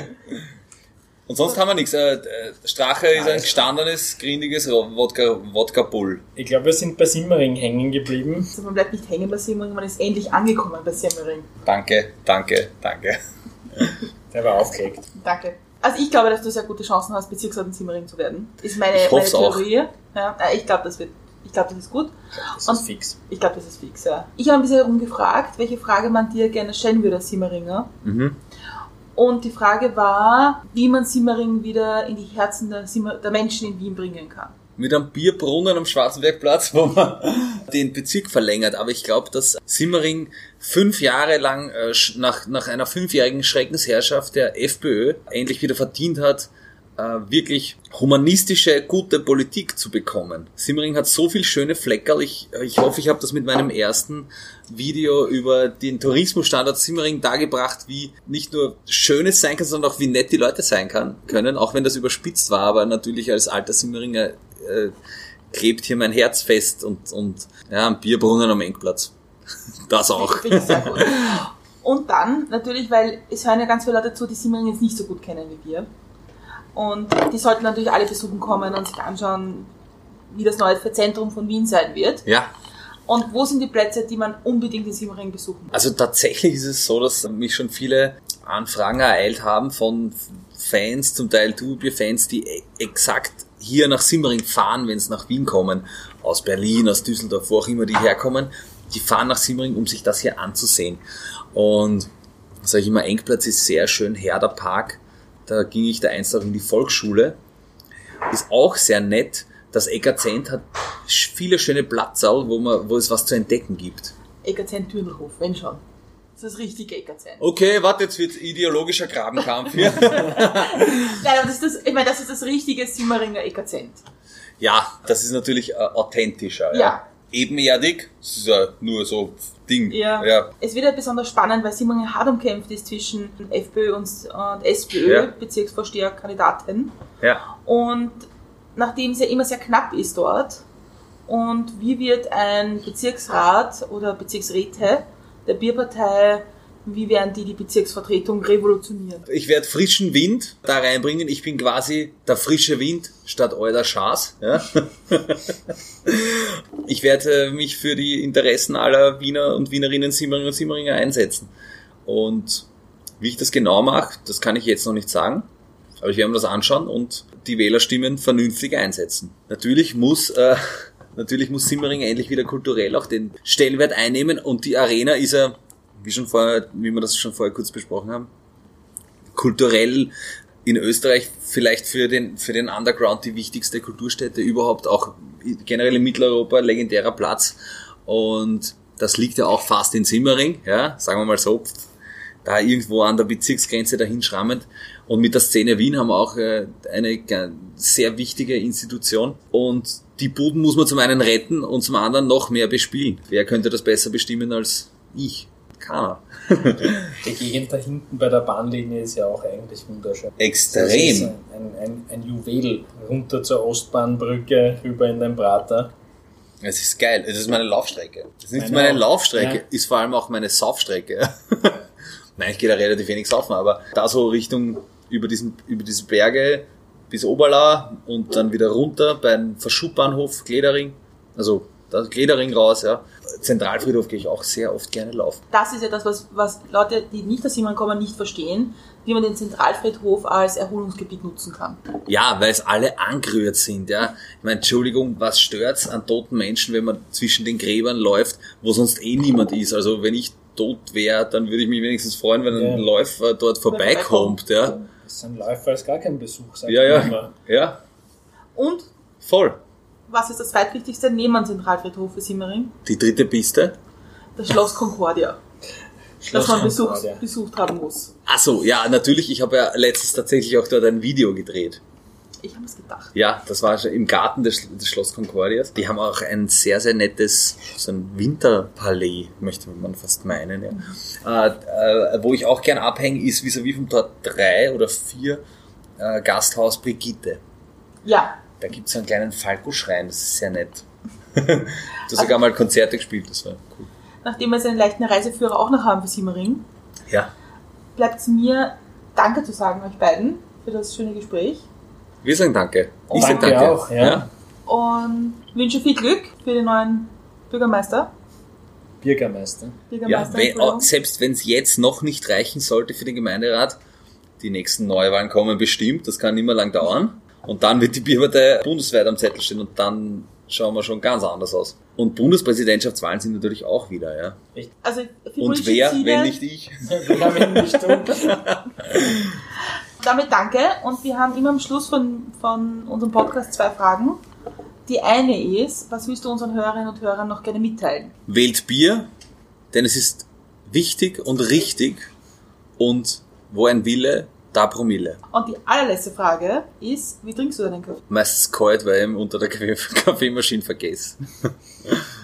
Und sonst haben wir nichts. Strache ist ein gestandenes, grindiges Wodka-Bull. Ich glaube, wir sind bei Simmering hängen geblieben. Also man bleibt nicht hängen bei Simmering, man ist endlich angekommen bei Simmering. Danke. Der war aufgeregt. Danke. Also ich glaube, dass du sehr gute Chancen hast, Bezirksrat in Simmering zu werden. Ist meine Theorie. Ja, ich glaube, das ist gut. Das ist fix. Ich glaube, das ist fix, ja. Ich habe ein bisschen herumgefragt, welche Frage man dir gerne stellen würde als Simmeringer. Mhm. Und die Frage war, wie man Simmering wieder in die Herzen der Menschen in Wien bringen kann. Mit einem Bierbrunnen am Schwarzenbergplatz, wo man den Bezirk verlängert. Aber ich glaube, dass Simmering 5 Jahre lang nach einer 5-jährigen Schreckensherrschaft der FPÖ endlich wieder verdient hat, wirklich humanistische, gute Politik zu bekommen. Simmering hat so viel schöne Fleckerl. Ich hoffe, ich habe das mit meinem ersten Video über den Tourismusstandort Simmering dargebracht, wie nicht nur schön es sein kann, sondern auch wie nett die Leute sein können, auch wenn das überspitzt war. Aber natürlich als alter Simmeringer klebt hier mein Herz fest und ja, ein Bierbrunnen am Engplatz. Das auch. Finde ich sehr gut. Und dann natürlich, weil es hören ja ganz viele Leute zu, die Simmering jetzt nicht so gut kennen wie wir. Und die sollten natürlich alle besuchen kommen und sich anschauen, wie das neue Zentrum von Wien sein wird. Ja. Und wo sind die Plätze, die man unbedingt in Simmering besuchen muss? Also tatsächlich ist es so, dass mich schon viele Anfragen ereilt haben von Fans, zum Teil Tourbier-Fans, die exakt hier nach Simmering fahren, wenn sie nach Wien kommen. Aus Berlin, aus Düsseldorf, wo auch immer die herkommen. Die fahren nach Simmering, um sich das hier anzusehen. Und sage ich immer, Engplatz ist sehr schön, Herderpark. Da ging ich da einst auch in die Volksschule. Ist auch sehr nett. Das Eckerzent hat viele schöne Platzerl, wo es was zu entdecken gibt. Eckerzent-Türnhof, wenn schon. Das ist das richtige Eckerzent. Okay, warte, jetzt wird ideologischer Grabenkampf hier. Nein, aber das ist das richtige Simmeringer Eckerzent. Ja, das ist natürlich authentischer. Ja. Ebenerdig, das ist ja nur so Ding. Ja. Es wird ja besonders spannend, weil Simmering hart umkämpft ist zwischen FPÖ und SPÖ, ja. Bezirksvorsteherkandidaten. Ja. Und nachdem es ja immer sehr knapp ist dort, und wie wird ein Bezirksrat oder Bezirksräte der Bierpartei, wie werden die Bezirksvertretung revolutionieren? Ich werde frischen Wind da reinbringen. Ich bin quasi der frische Wind statt eurer Schaas. Ja? Ich werde mich für die Interessen aller Wiener und Wienerinnen, Simmeringer und Simmeringer einsetzen. Und wie ich das genau mache, das kann ich jetzt noch nicht sagen. Aber ich werde mir das anschauen und die Wählerstimmen vernünftig einsetzen. Natürlich muss Simmering endlich wieder kulturell auch den Stellenwert einnehmen und die Arena ist ja, wie wir das schon vorher kurz besprochen haben, kulturell in Österreich vielleicht für den Underground die wichtigste Kulturstätte überhaupt, auch generell in Mitteleuropa legendärer Platz. Und das liegt ja auch fast in Simmering, ja, sagen wir mal so, da irgendwo an der Bezirksgrenze dahin schrammend. Und mit der Szene Wien haben wir auch eine sehr wichtige Institution. Und die Buden muss man zum einen retten und zum anderen noch mehr bespielen. Wer könnte das besser bestimmen als ich? Keiner. Die Gegend da hinten bei der Bahnlinie ist ja auch eigentlich wunderschön. Extrem. Das ist ein Juwel runter zur Ostbahnbrücke, rüber in den Prater. Es ist geil. Es ist meine Laufstrecke. Es ist nicht meine Laufstrecke, ja. Ist vor allem auch meine Saufstrecke. Nein, ich gehe da relativ wenig saufen, aber da so Richtung über diese Berge bis Oberla und dann wieder runter beim Verschubbahnhof Gledering. Also da Gledering raus, ja. Zentralfriedhof gehe ich auch sehr oft gerne laufen. Das ist ja das, was Leute, die nicht aus Simmering kommen, nicht verstehen, wie man den Zentralfriedhof als Erholungsgebiet nutzen kann. Ja, weil es alle angerührt sind, ja. Ich meine, Entschuldigung, was stört's an toten Menschen, wenn man zwischen den Gräbern läuft, wo sonst eh niemand ist? Also wenn ich tot wäre, dann würde ich mich wenigstens freuen, wenn ein Läufer dort vorbeikommt, ja. Das ist ein Läufer, ist gar kein Besuch, sagt man immer. Ja. Und? Voll. Was ist das zweitwichtigste neben dem Zentralfriedhof für Simmering? Die dritte Piste? Das Schloss Concordia. Das man besucht haben muss. Ach so, ja, natürlich. Ich habe ja letztens tatsächlich auch dort ein Video gedreht. Ich habe es gedacht. Ja, das war schon im Garten des Schloss Concordias. Die haben auch ein sehr, sehr nettes, so ein Winterpalais, möchte man fast meinen, ja. Wo ich auch gern abhänge, ist vis-à-vis vom Tor 3 oder 4 Gasthaus Brigitte. Ja. Da gibt's so einen kleinen Falco-Schrein, das ist sehr nett. Du hast sogar mal Konzerte gespielt, das war cool. Nachdem wir jetzt einen leichten Reiseführer auch noch haben für Simmering, ja. Bleibt es mir, Danke zu sagen euch beiden für das schöne Gespräch. Wir sagen Danke. Ich sage Danke auch, ja. Und wünsche viel Glück für den neuen Bürgermeister. Ja, selbst wenn es jetzt noch nicht reichen sollte für den Gemeinderat, die nächsten Neuwahlen kommen bestimmt, das kann nicht mehr lang dauern. Und dann wird die Bierpartei bundesweit am Zettel stehen und dann schauen wir schon ganz anders aus. Und Bundespräsidentschaftswahlen sind natürlich auch wieder, ja. Also für Und politische wer, Ziele, wenn nicht ich? Ja, wenn nicht du. Damit danke. Und wir haben immer am Schluss von unserem Podcast 2 Fragen. Die eine ist, was willst du unseren Hörerinnen und Hörern noch gerne mitteilen? Wählt Bier, denn es ist wichtig und richtig und wo ein Wille, da Promille. Und die allerletzte Frage ist, wie trinkst du deinen Kaffee? Meistens kalt, weil ich ihn unter der Kaffeemaschine vergesse.